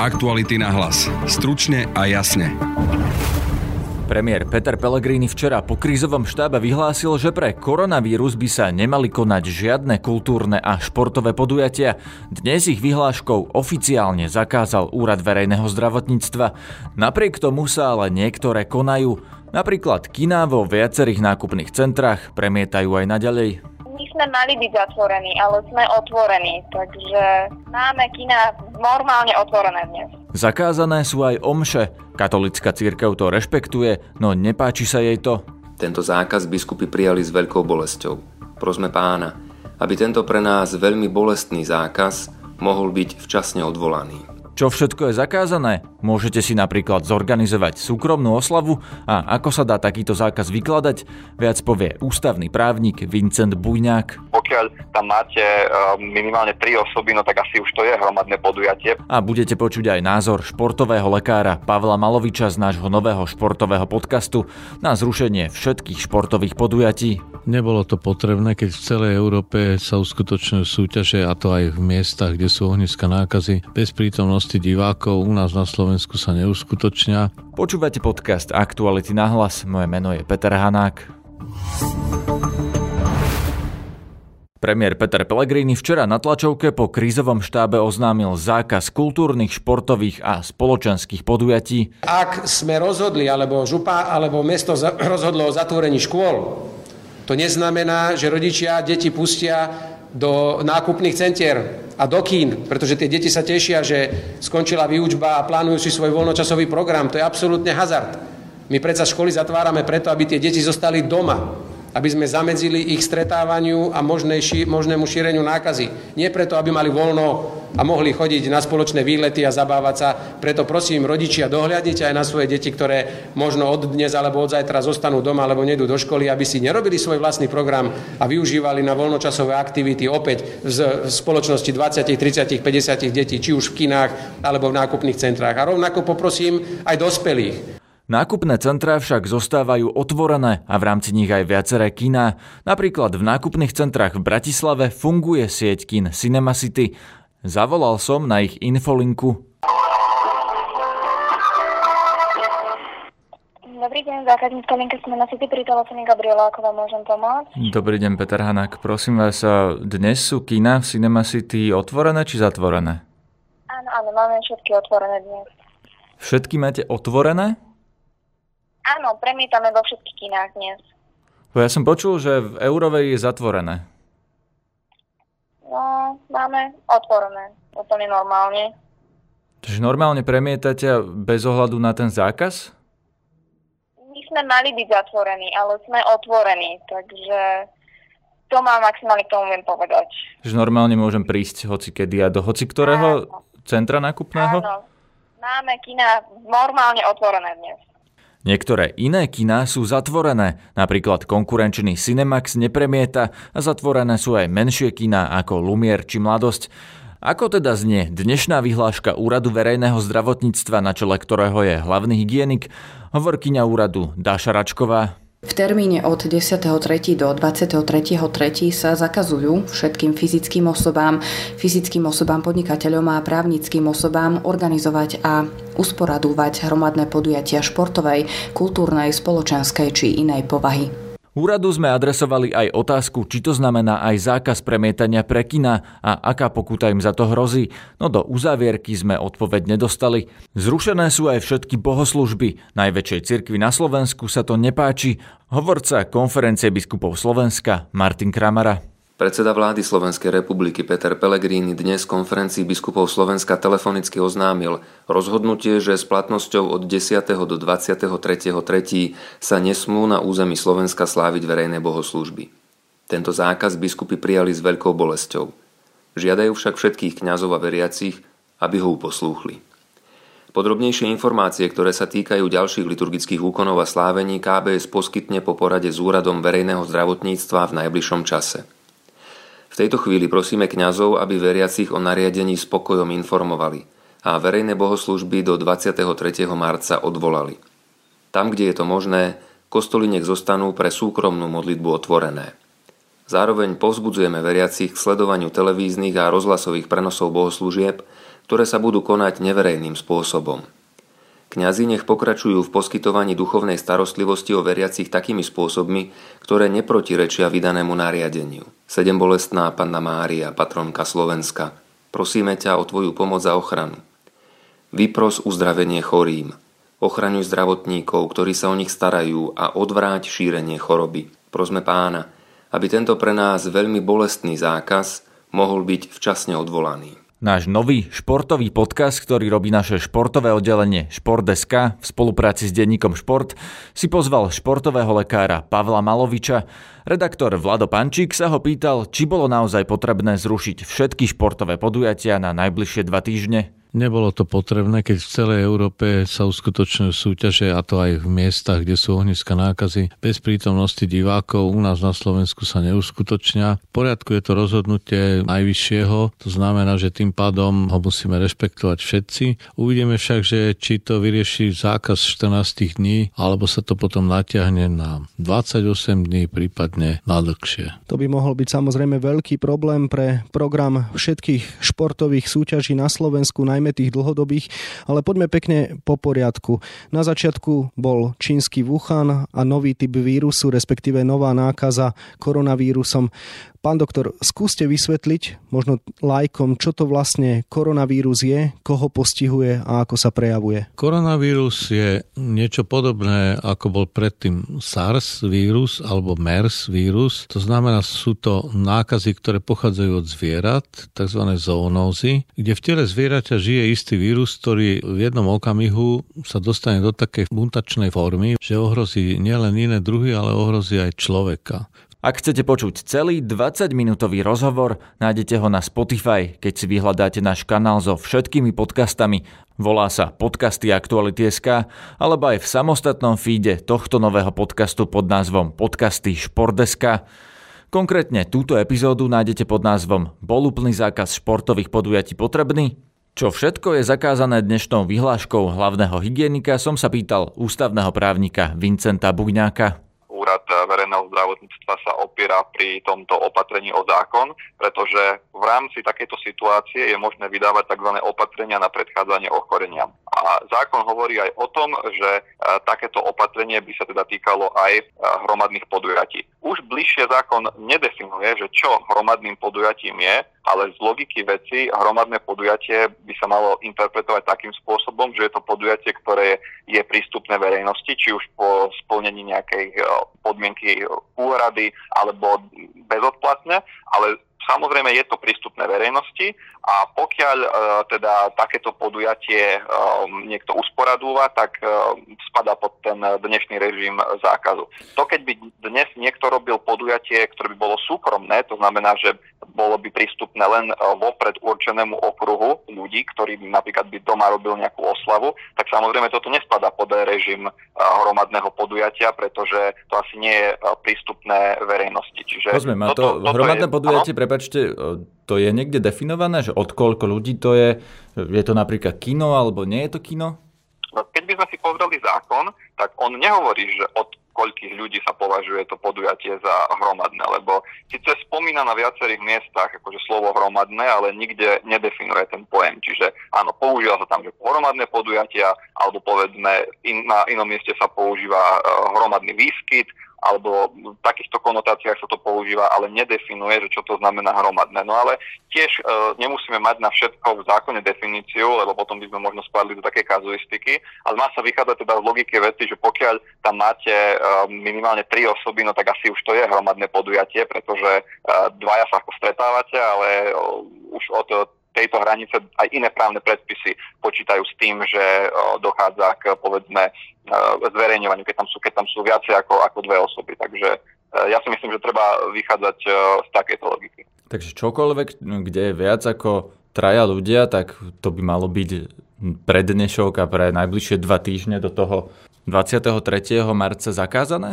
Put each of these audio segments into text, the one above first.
Aktuality na hlas. Stručne a jasne. Premiér Peter Pellegrini včera po krízovom štábe vyhlásil, že pre koronavírus by sa nemali konať žiadne kultúrne a športové podujatia. Dnes ich vyhláškou oficiálne zakázal Úrad verejného zdravotníctva. Napriek tomu sa ale niektoré konajú. Napríklad kiná vo viacerých nákupných centrách premietajú aj naďalej. My sme mali byť zatvorení, ale sme otvorení, takže máme kiná normálne otvorené dnes. Zakázané sú aj omše. Katolícka cirkev to rešpektuje, no nepáči sa jej to. Tento zákaz biskupy prijali s veľkou bolesťou. Prosme Pána, aby tento pre nás veľmi bolestný zákaz mohol byť včasne odvolaný. Čo všetko je zakázané? Môžete si napríklad zorganizovať súkromnú oslavu a ako sa dá takýto zákaz vykladať? Viac povie ústavný právnik Vincent Bujňák. Pokiaľ tam máte minimálne 3 osoby, no tak asi už to je hromadné podujatie. A budete počuť aj názor športového lekára Pavla Maloviča z nášho nového športového podcastu na zrušenie všetkých športových podujatí. Nebolo to potrebné, keď v celej Európe sa uskutočňujú súťaže, a to aj v miestach, kde sú ohniska nákazy. Bez prítomnosti divákov u nás na Slovensku sa neuskutočnia. Počúvate podcast Aktuality na hlas. Moje meno je Peter Hanák. Premiér Peter Pellegrini včera na tlačovke po krízovom štábe oznámil zákaz kultúrnych, športových a spoločenských podujatí. Ak sme rozhodli, alebo župa, alebo mesto rozhodlo o zatvorení škôl, to neznamená, že rodičia deti pustia do nákupných centier a do kín, pretože tie deti sa tešia, že skončila výučba a plánujú si svoj voľnočasový program. To je absolútne hazard. My predsa školy zatvárame preto, aby tie deti zostali doma, aby sme zamedzili ich stretávaniu a možnému šíreniu nákazy. Nie preto, aby mali voľno a mohli chodiť na spoločné výlety a zabávať sa. Preto prosím, rodičia, dohľadnite aj na svoje deti, ktoré možno od dnes alebo od zajtra zostanú doma alebo nejdú do školy, aby si nerobili svoj vlastný program a využívali na voľnočasové aktivity opäť v spoločnosti 20, 30, 50 detí, či už v kinách alebo v nákupných centrách. A rovnako poprosím aj dospelých. Nákupné centrá však zostávajú otvorené a v rámci nich aj viaceré kiná. Napríklad v nákupných centrách v Bratislave funguje sieť kín Cinema City. Zavolal som na ich infolinku. Dobrý deň, zákaznícka linka Cinema City, pri telefóne Gabriela, ako vám môžem pomôcť? Dobrý deň, Peter Hanák. Prosím vás, dnes sú kína v Cinema City otvorené či zatvorené? Áno, máme všetky otvorené dnes. Všetky máte otvorené? Áno, premietame vo všetkých kinách dnes. Ja som počul, že v Eurovej je zatvorené. No, máme otvorené, úplne normálne. Čiže normálne premietate bez ohľadu na ten zákaz? My sme mali byť zatvorení, ale sme otvorení, takže to mám maximálne k tomu viem povedať. Čiže normálne môžem prísť hocikedy a do hociktorého centra nákupného? Áno, máme kina normálne otvorené dnes. Niektoré iné kiná sú zatvorené, napríklad konkurenčný Cinemax nepremieta a zatvorené sú aj menšie kiná ako Lumier či Mladosť. Ako teda znie dnešná vyhláška Úradu verejného zdravotníctva, na čele ktorého je hlavný hygienik, hovorkyňa úradu Dáša Račková. V termíne od 10.3. do 23.3. sa zakazujú všetkým fyzickým osobám, podnikateľom a právnickým osobám organizovať a usporadúvať hromadné podujatia športovej, kultúrnej, spoločenskej či inej povahy. Úradu sme adresovali aj otázku, či to znamená aj zákaz premietania pre kina a aká pokuta im za to hrozí. No do uzávierky sme odpoveď nedostali. Zrušené sú aj všetky bohoslužby. Najväčšej cirkvi na Slovensku sa to nepáči. Hovorca Konferencie biskupov Slovenska Martin Kramara. Predseda vlády Slovenskej republiky Peter Pellegrini dnes Konferencii biskupov Slovenska telefonicky oznámil rozhodnutie, že s platnosťou od 10. do 23.3. sa nesmú na území Slovenska sláviť verejné bohoslúžby. Tento zákaz biskupy prijali s veľkou bolesťou. Žiadajú však všetkých kňazov a veriacich, aby ho uposlúchli. Podrobnejšie informácie, ktoré sa týkajú ďalších liturgických úkonov a slávení, KBS poskytne po porade s Úradom verejného zdravotníctva v najbližšom čase. V tejto chvíli prosíme kňazov, aby veriacich o nariadení s pokojom informovali a verejné bohoslúžby do 23. marca odvolali. Tam, kde je to možné, kostoly nech zostanú pre súkromnú modlitbu otvorené. Zároveň povzbudzujeme veriacich k sledovaniu televíznych a rozhlasových prenosov bohoslúžieb, ktoré sa budú konať neverejným spôsobom. Kňazi nech pokračujú v poskytovaní duchovnej starostlivosti o veriacich takými spôsobmi, ktoré neprotirečia vydanému nariadeniu. Sedembolestná Panna Mária, patronka Slovenska, prosíme ťa o tvoju pomoc a ochranu. Vypros uzdravenie chorým. Ochraňuj zdravotníkov, ktorí sa o nich starajú, a odvráť šírenie choroby. Prosme Pána, aby tento pre nás veľmi bolestný zákaz mohol byť včasne odvolaný. Náš nový športový podcast, ktorý robí naše športové oddelenie Šport.sk v spolupráci s denníkom Šport, si pozval športového lekára Pavla Maloviča. Redaktor Vlado Pančík sa ho pýtal, či bolo naozaj potrebné zrušiť všetky športové podujatia na najbližšie 2 týždne. Nebolo to potrebné, keď v celej Európe sa uskutočňujú súťaže, a to aj v miestach, kde sú ohniska nákazy. Bez prítomnosti divákov u nás na Slovensku sa neuskutočnia. V poriadku je to rozhodnutie najvyššieho, to znamená, že tým pádom ho musíme rešpektovať všetci. Uvidíme však, že či to vyrieši zákaz 14 dní, alebo sa to potom natiahne na 28 dní, prípadne na dlhšie. To by mohol byť samozrejme veľký problém pre program všetkých športových súťaží na Slovensku, najmä tých dlhodobých, ale poďme pekne po poriadku. Na začiatku bol čínsky Wuhan a nový typ vírusu, respektíve nová nákaza koronavírusom. Pán doktor, skúste vysvetliť možno laikom, čo to vlastne koronavírus je, koho postihuje a ako sa prejavuje. Koronavírus je niečo podobné, ako bol predtým SARS vírus alebo MERS vírus. To znamená, sú to nákazy, ktoré pochádzajú od zvierat, tzv. Zoonózy, kde v tele zvieraťa žije istý vírus, ktorý v jednom okamihu sa dostane do takej mutačnej formy, že ohrozí nielen iné druhy, ale ohrozí aj človeka. Ak chcete počuť celý 20-minútový rozhovor, nájdete ho na Spotify, keď si vyhľadáte náš kanál so všetkými podcastami. Volá sa Podcasty Aktuality.sk, alebo aj v samostatnom feede tohto nového podcastu pod názvom Podcasty Šport.sk. Konkrétne túto epizódu nájdete pod názvom Bol úplný zákaz športových podujatí potrebný? Čo všetko je zakázané dnešnou vyhláškou hlavného hygienika, som sa pýtal ústavného právnika Vincenta Bugňáka. Úrad verejného zdravotníctva sa opiera pri tomto opatrení o zákon, pretože v rámci takejto situácie je možné vydávať tzv. Opatrenia na predchádzanie ochoreniam. A zákon hovorí aj o tom, že takéto opatrenie by sa teda týkalo aj hromadných podujatí. Už bližšie zákon nedefinuje, že čo hromadným podujatím je, ale z logiky veci hromadné podujatie by sa malo interpretovať takým spôsobom, že je to podujatie, ktoré je prístupné verejnosti, či už po splnení nejakej podmienky úhrady alebo bezodplatne, ale samozrejme je to prístupné verejnosti a pokiaľ teda takéto podujatie niekto usporadúva, tak spadá pod ten dnešný režim zákazu. To keď by dnes niekto robil podujatie, ktoré by bolo súkromné, to znamená, že bolo by prístupné len vopred určenému okruhu ľudí, ktorí napríklad by doma robil nejakú oslavu, tak samozrejme toto nespadá pod režim hromadného podujatia, pretože to asi nie je prístupné verejnosti. Čiže rozumiem, a to hromadné podujatie, prepáčte, to je niekde definované, že od koľko ľudí to je? Je to napríklad kino, alebo nie je to kino? Keď by sme si pozreli zákon, tak on nehovorí, že od koľkých ľudí sa považuje to podujatie za hromadné, lebo síce spomína na viacerých miestach akože slovo hromadné, ale nikde nedefinuje ten pojem. Čiže áno, používa sa tam, že hromadné podujatia, alebo povedzme na inom mieste sa používa hromadný výskyt, alebo v takýchto konotáciách sa to používa, ale nedefinuje, že čo to znamená hromadné. No ale tiež nemusíme mať na všetko v zákone definíciu, lebo potom by sme možno spadli do takej kazuistiky, ale má sa vychádzať teda z logiky veci, že pokiaľ tam máte minimálne 3 osoby, no tak asi už to je hromadné podujatie, pretože dvaja sa stretávate, ale už od tejto hranice aj iné právne predpisy počítajú s tým, že dochádza k, povedzme, zverejňovaniu, keď tam sú viacej ako 2 osoby. Takže ja si myslím, že treba vychádzať z takejto logiky. Takže čokoľvek, kde je viac ako 3 ľudia, tak to by malo byť pre dnešok a pre najbližšie 2 týždne do toho 23. marca zakázané?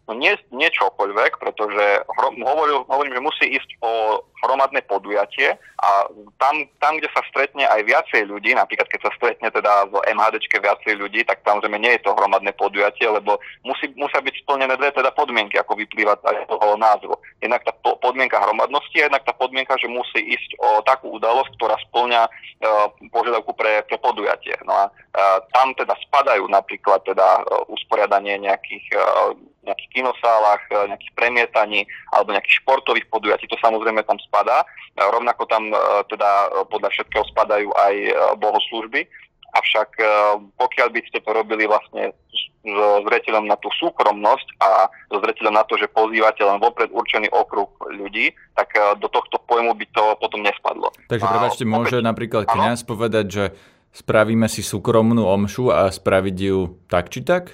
No nie čokoľvek, pretože hovorím, že musí ísť o hromadné podujatie a tam, kde sa stretne aj viacej ľudí, napríklad keď sa stretne teda v MHDčke viacej ľudí, tak samozrejme nie je to hromadné podujatie, lebo musia byť splnené dve teda podmienky, ako vyplýva aj z toho názvu. Jednak tá podmienka hromadnosti a jednak tá podmienka, že musí ísť o takú udalosť, ktorá spĺňa požiadavku pre podujatie. No a tam teda spadajú napríklad teda usporiadanie nejakých kinosálach, nejakých premietaní alebo nejakých športových podujatí, to samozrejme tam spadá. Rovnako tam teda podľa všetkého spadajú aj bohoslúžby. Avšak pokiaľ by ste to robili vlastne so zreteľom na tú súkromnosť a so zreteľom na to, že pozývate len vopred určený okruh ľudí, tak do tohto pojmu by to potom nespadlo. Takže prepáčte, môže napríklad kňaz povedať, že spravíme si súkromnú omšu a spraviť ju tak či tak?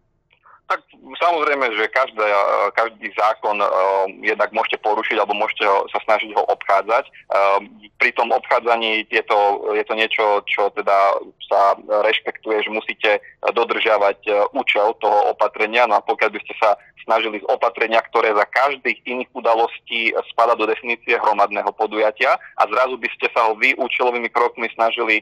Tak samozrejme, že každý zákon jednak môžete porušiť alebo môžete sa snažiť ho obchádzať. Pri tom obchádzaní je to niečo, čo teda sa rešpektuje, že musíte dodržiavať účel toho opatrenia. No a pokiaľ by ste sa snažili z opatrenia, ktoré za každých iných udalostí spada do definície hromadného podujatia a zrazu by ste sa ho vy účelovými krokmi snažili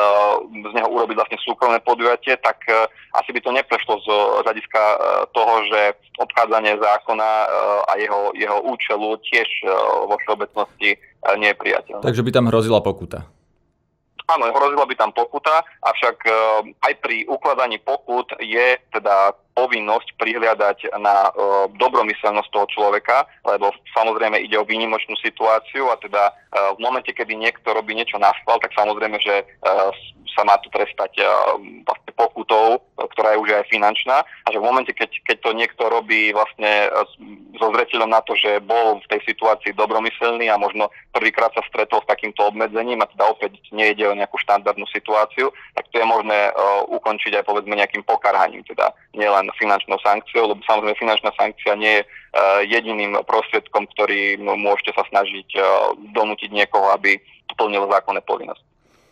z neho urobiť vlastne súkromné podujatie, tak asi by to neprešlo z hľadiska toho, že obchádzanie zákona a jeho účelu tiež vo všeobecnosti nie je priateľné. Takže by tam hrozila pokuta. Áno, hrozila by tam pokuta, avšak aj pri ukladaní pokut je teda povinnosť prihliadať na dobromyselnosť toho človeka, lebo samozrejme ide o výnimočnú situáciu a teda v momente, kedy niekto robí niečo naschvál, tak samozrejme, že sa má to trestať vlastne pokutou, ktorá je už aj finančná, a že v momente, keď to niekto robí vlastne so zreteľom na to, že bol v tej situácii dobromyselný a možno prvýkrát sa stretol s takýmto obmedzením a teda opäť nejde o nejakú štandardnú situáciu, tak to je možné ukončiť aj povedzme nejakým pokarhaním, teda nielen finančnou sankciou, lebo samozrejme finančná sankcia nie je jediným prostriedkom, ktorý môžete sa snažiť donútiť niekoho, aby plnil zákonné povinnosti.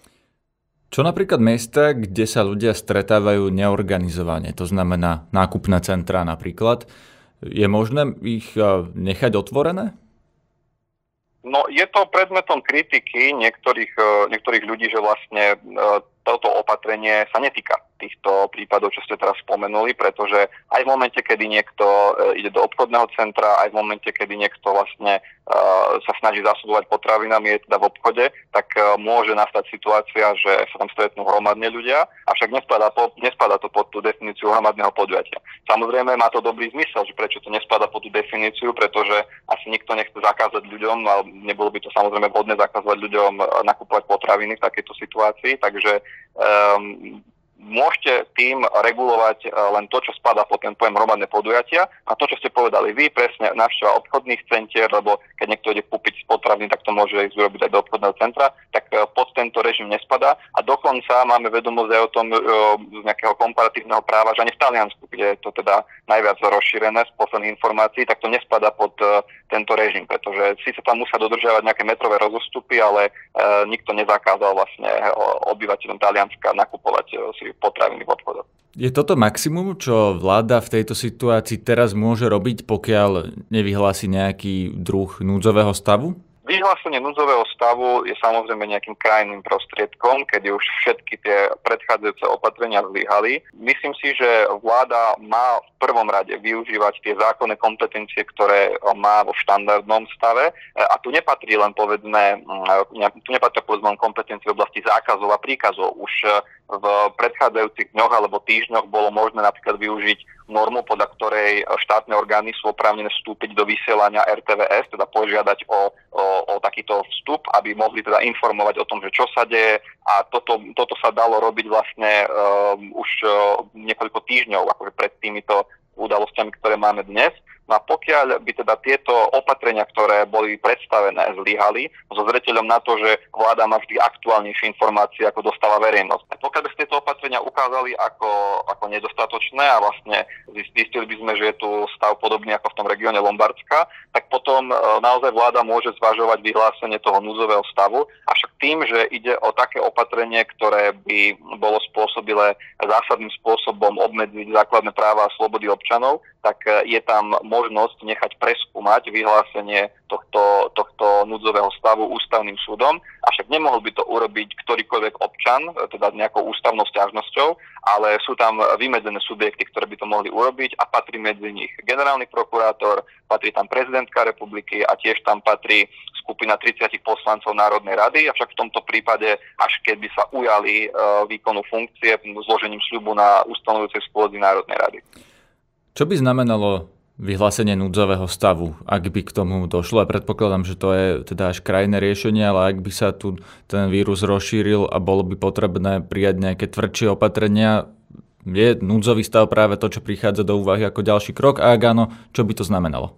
Čo napríklad mesta, kde sa ľudia stretávajú neorganizovane, to znamená nákupné centrá napríklad, je možné ich nechať otvorené? No, je to predmetom kritiky niektorých ľudí, že vlastne toto opatrenie sa netýka týchto prípadov, čo ste teraz spomenuli, pretože aj v momente, kedy niekto ide do obchodného centra, aj v momente, kedy niekto vlastne sa snaží zásobovať potravinami, je teda v obchode, tak môže nastať situácia, že sa tam stretnú hromadne ľudia, avšak nespadá to pod tú definíciu hromadného podujatia. Samozrejme má to dobrý zmysel, že prečo to nespadá pod tú definíciu, pretože asi nikto nechce zakázať ľuďom, ale nebolo by to samozrejme vhodné zakázať ľuďom nakupovať potraviny v takejto situácii, takže môžete tým regulovať len to, čo spadá pod ten pojem hromadné podujatia, a to, čo ste povedali vy, presne návšteva obchodných centier, lebo keď niekto ide kúpiť potraviny, tak to môže ísť urobiť aj do obchodného centra, tak pod tento režim nespadá. A dokonca máme vedomosť aj o tom z nejakého komparatívneho práva, že ani v Taliansku, kde je to teda najviac rozšírené z posledných informácií, tak to nespadá pod tento režim, pretože síce tam musia dodržiavať nejaké metrové rozostupy, ale nikto nezakázal vlastne obyvateľom Talianska nakupovať si potraviny v obchodoch. Je toto maximum, čo vláda v tejto situácii teraz môže robiť, pokiaľ nevyhlási nejaký druh núdzového stavu? Vyhlásenie núdzového stavu je samozrejme nejakým krajným prostriedkom, kedy už všetky tie predchádzajúce opatrenia zlyhali. Myslím si, že vláda má v prvom rade využívať tie zákonné kompetencie, ktoré má vo štandardnom stave. A tu nepatrí len povedzme kompetencie v oblasti zákazov a príkazov. Už v predchádzajúcich dňoch alebo týždňoch bolo možné napríklad využiť normu, podľa ktorej štátne orgány sú oprávnené vstúpiť do vysielania RTVS, teda požiadať o takýto vstup, aby mohli teda informovať o tom, že čo sa deje, a toto sa dalo robiť vlastne už niekoľko týždňov akože pred týmito udalosťami, ktoré máme dnes. No a pokiaľ by teda tieto opatrenia, ktoré boli predstavené, zlyhali, so zreteľom na to, že vláda má vždy aktuálnejšie informácie, ako dostáva verejnosť. A pokiaľ by sa tieto opatrenia ukázali ako nedostatočné a vlastne zistili by sme, že je tu stav podobný ako v tom regióne Lombardska, tak potom naozaj vláda môže zvažovať vyhlásenie toho núdzového stavu. Avšak tým, že ide o také opatrenie, ktoré by bolo spôsobilé zásadným spôsobom obmedziť základné práva a slobody občanov, tak je tam možnosť nechať preskúmať vyhlásenie tohto núdzového stavu ústavným súdom, avšak nemohol by to urobiť ktorýkoľvek občan, teda nejakou ústavnou sťažnosťou, ale sú tam vymedzené subjekty, ktoré by to mohli urobiť a patrí medzi nich generálny prokurátor, patrí tam prezidentka republiky a tiež tam patrí skupina 30 poslancov Národnej rady, avšak v tomto prípade, až keby sa ujali výkonu funkcie zložením sľubu na ustanovujúcej schôdzi Národnej rady. Čo by znamenalo vyhlásenie núdzového stavu, ak by k tomu došlo? A predpokladám, že to je teda až krajné riešenie, ale ak by sa tu ten vírus rozšíril a bolo by potrebné prijať nejaké tvrdšie opatrenia, je núdzový stav práve to, čo prichádza do úvahy ako ďalší krok? A ak áno, čo by to znamenalo?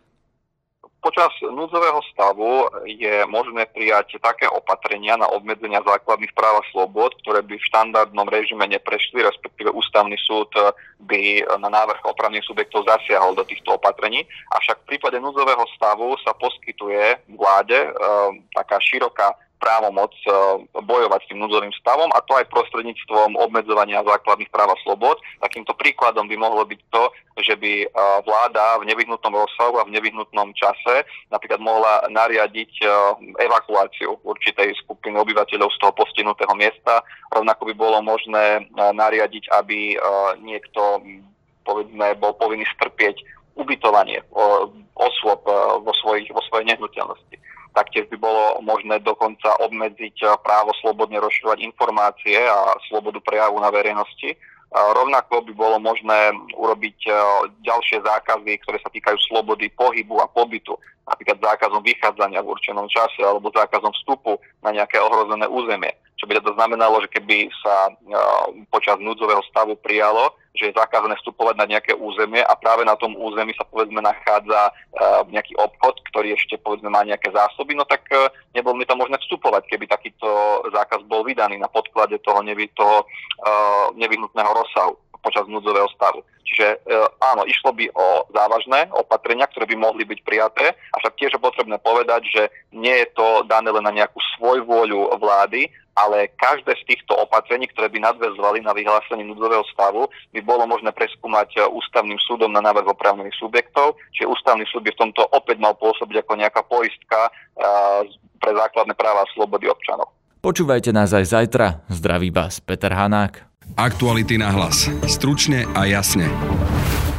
Počas núdzového stavu je možné prijať také opatrenia na obmedzenia základných práv a slobôd, ktoré by v štandardnom režime neprešli, respektíve ústavný súd by na návrh opravných subjektov zasiahol do týchto opatrení. Avšak v prípade núdzového stavu sa poskytuje vláde taká široká právomoc bojovať s tým núdzovým stavom, a to aj prostredníctvom obmedzovania základných práv a slobod. Takýmto príkladom by mohlo byť to, že by vláda v nevyhnutnom rozsahu a v nevyhnutnom čase napríklad mohla nariadiť evakuáciu určitej skupiny obyvateľov z toho postihnutého miesta. Rovnako by bolo možné nariadiť, aby niekto, povedzme, bol povinný strpieť ubytovanie osôb vo svojej nehnuteľnosti. Taktiež by bolo možné dokonca obmedziť právo slobodne rozširovať informácie a slobodu prejavu na verejnosti. Rovnako by bolo možné urobiť ďalšie zákazy, ktoré sa týkajú slobody pohybu a pobytu, napríklad zákazom vychádzania v určenom čase alebo zákazom vstupu na nejaké ohrozené územie. Čo by to znamenalo, že keby sa počas núdzového stavu prijalo, že je zakázané vstupovať na nejaké územie a práve na tom území sa povedzme nachádza nejaký obchod, ktorý ešte povedzme má nejaké zásoby, no tak nebolo mi tam možné vstupovať, keby takýto zákaz bol vydaný na podklade toho nevyhnutného rozsahu počas núdzového stavu. Čiže áno, išlo by o závažné opatrenia, ktoré by mohli byť prijaté, avšak tiež je potrebné povedať, že nie je to dané len na nejakú svojvôľu vlády, ale každé z týchto opatrení, ktoré by nadväzovali na vyhlásenie núdzového stavu, by bolo možné preskúmať ústavným súdom na návrh oprávnených subjektov, čiže ústavný súd by v tomto opäť mal pôsobiť ako nejaká poistka pre základné práva a slobody občanov. Počúvajte nás aj zajtra. Zdraví vás Peter Hanák. Aktuality na hlas. Stručne a jasne.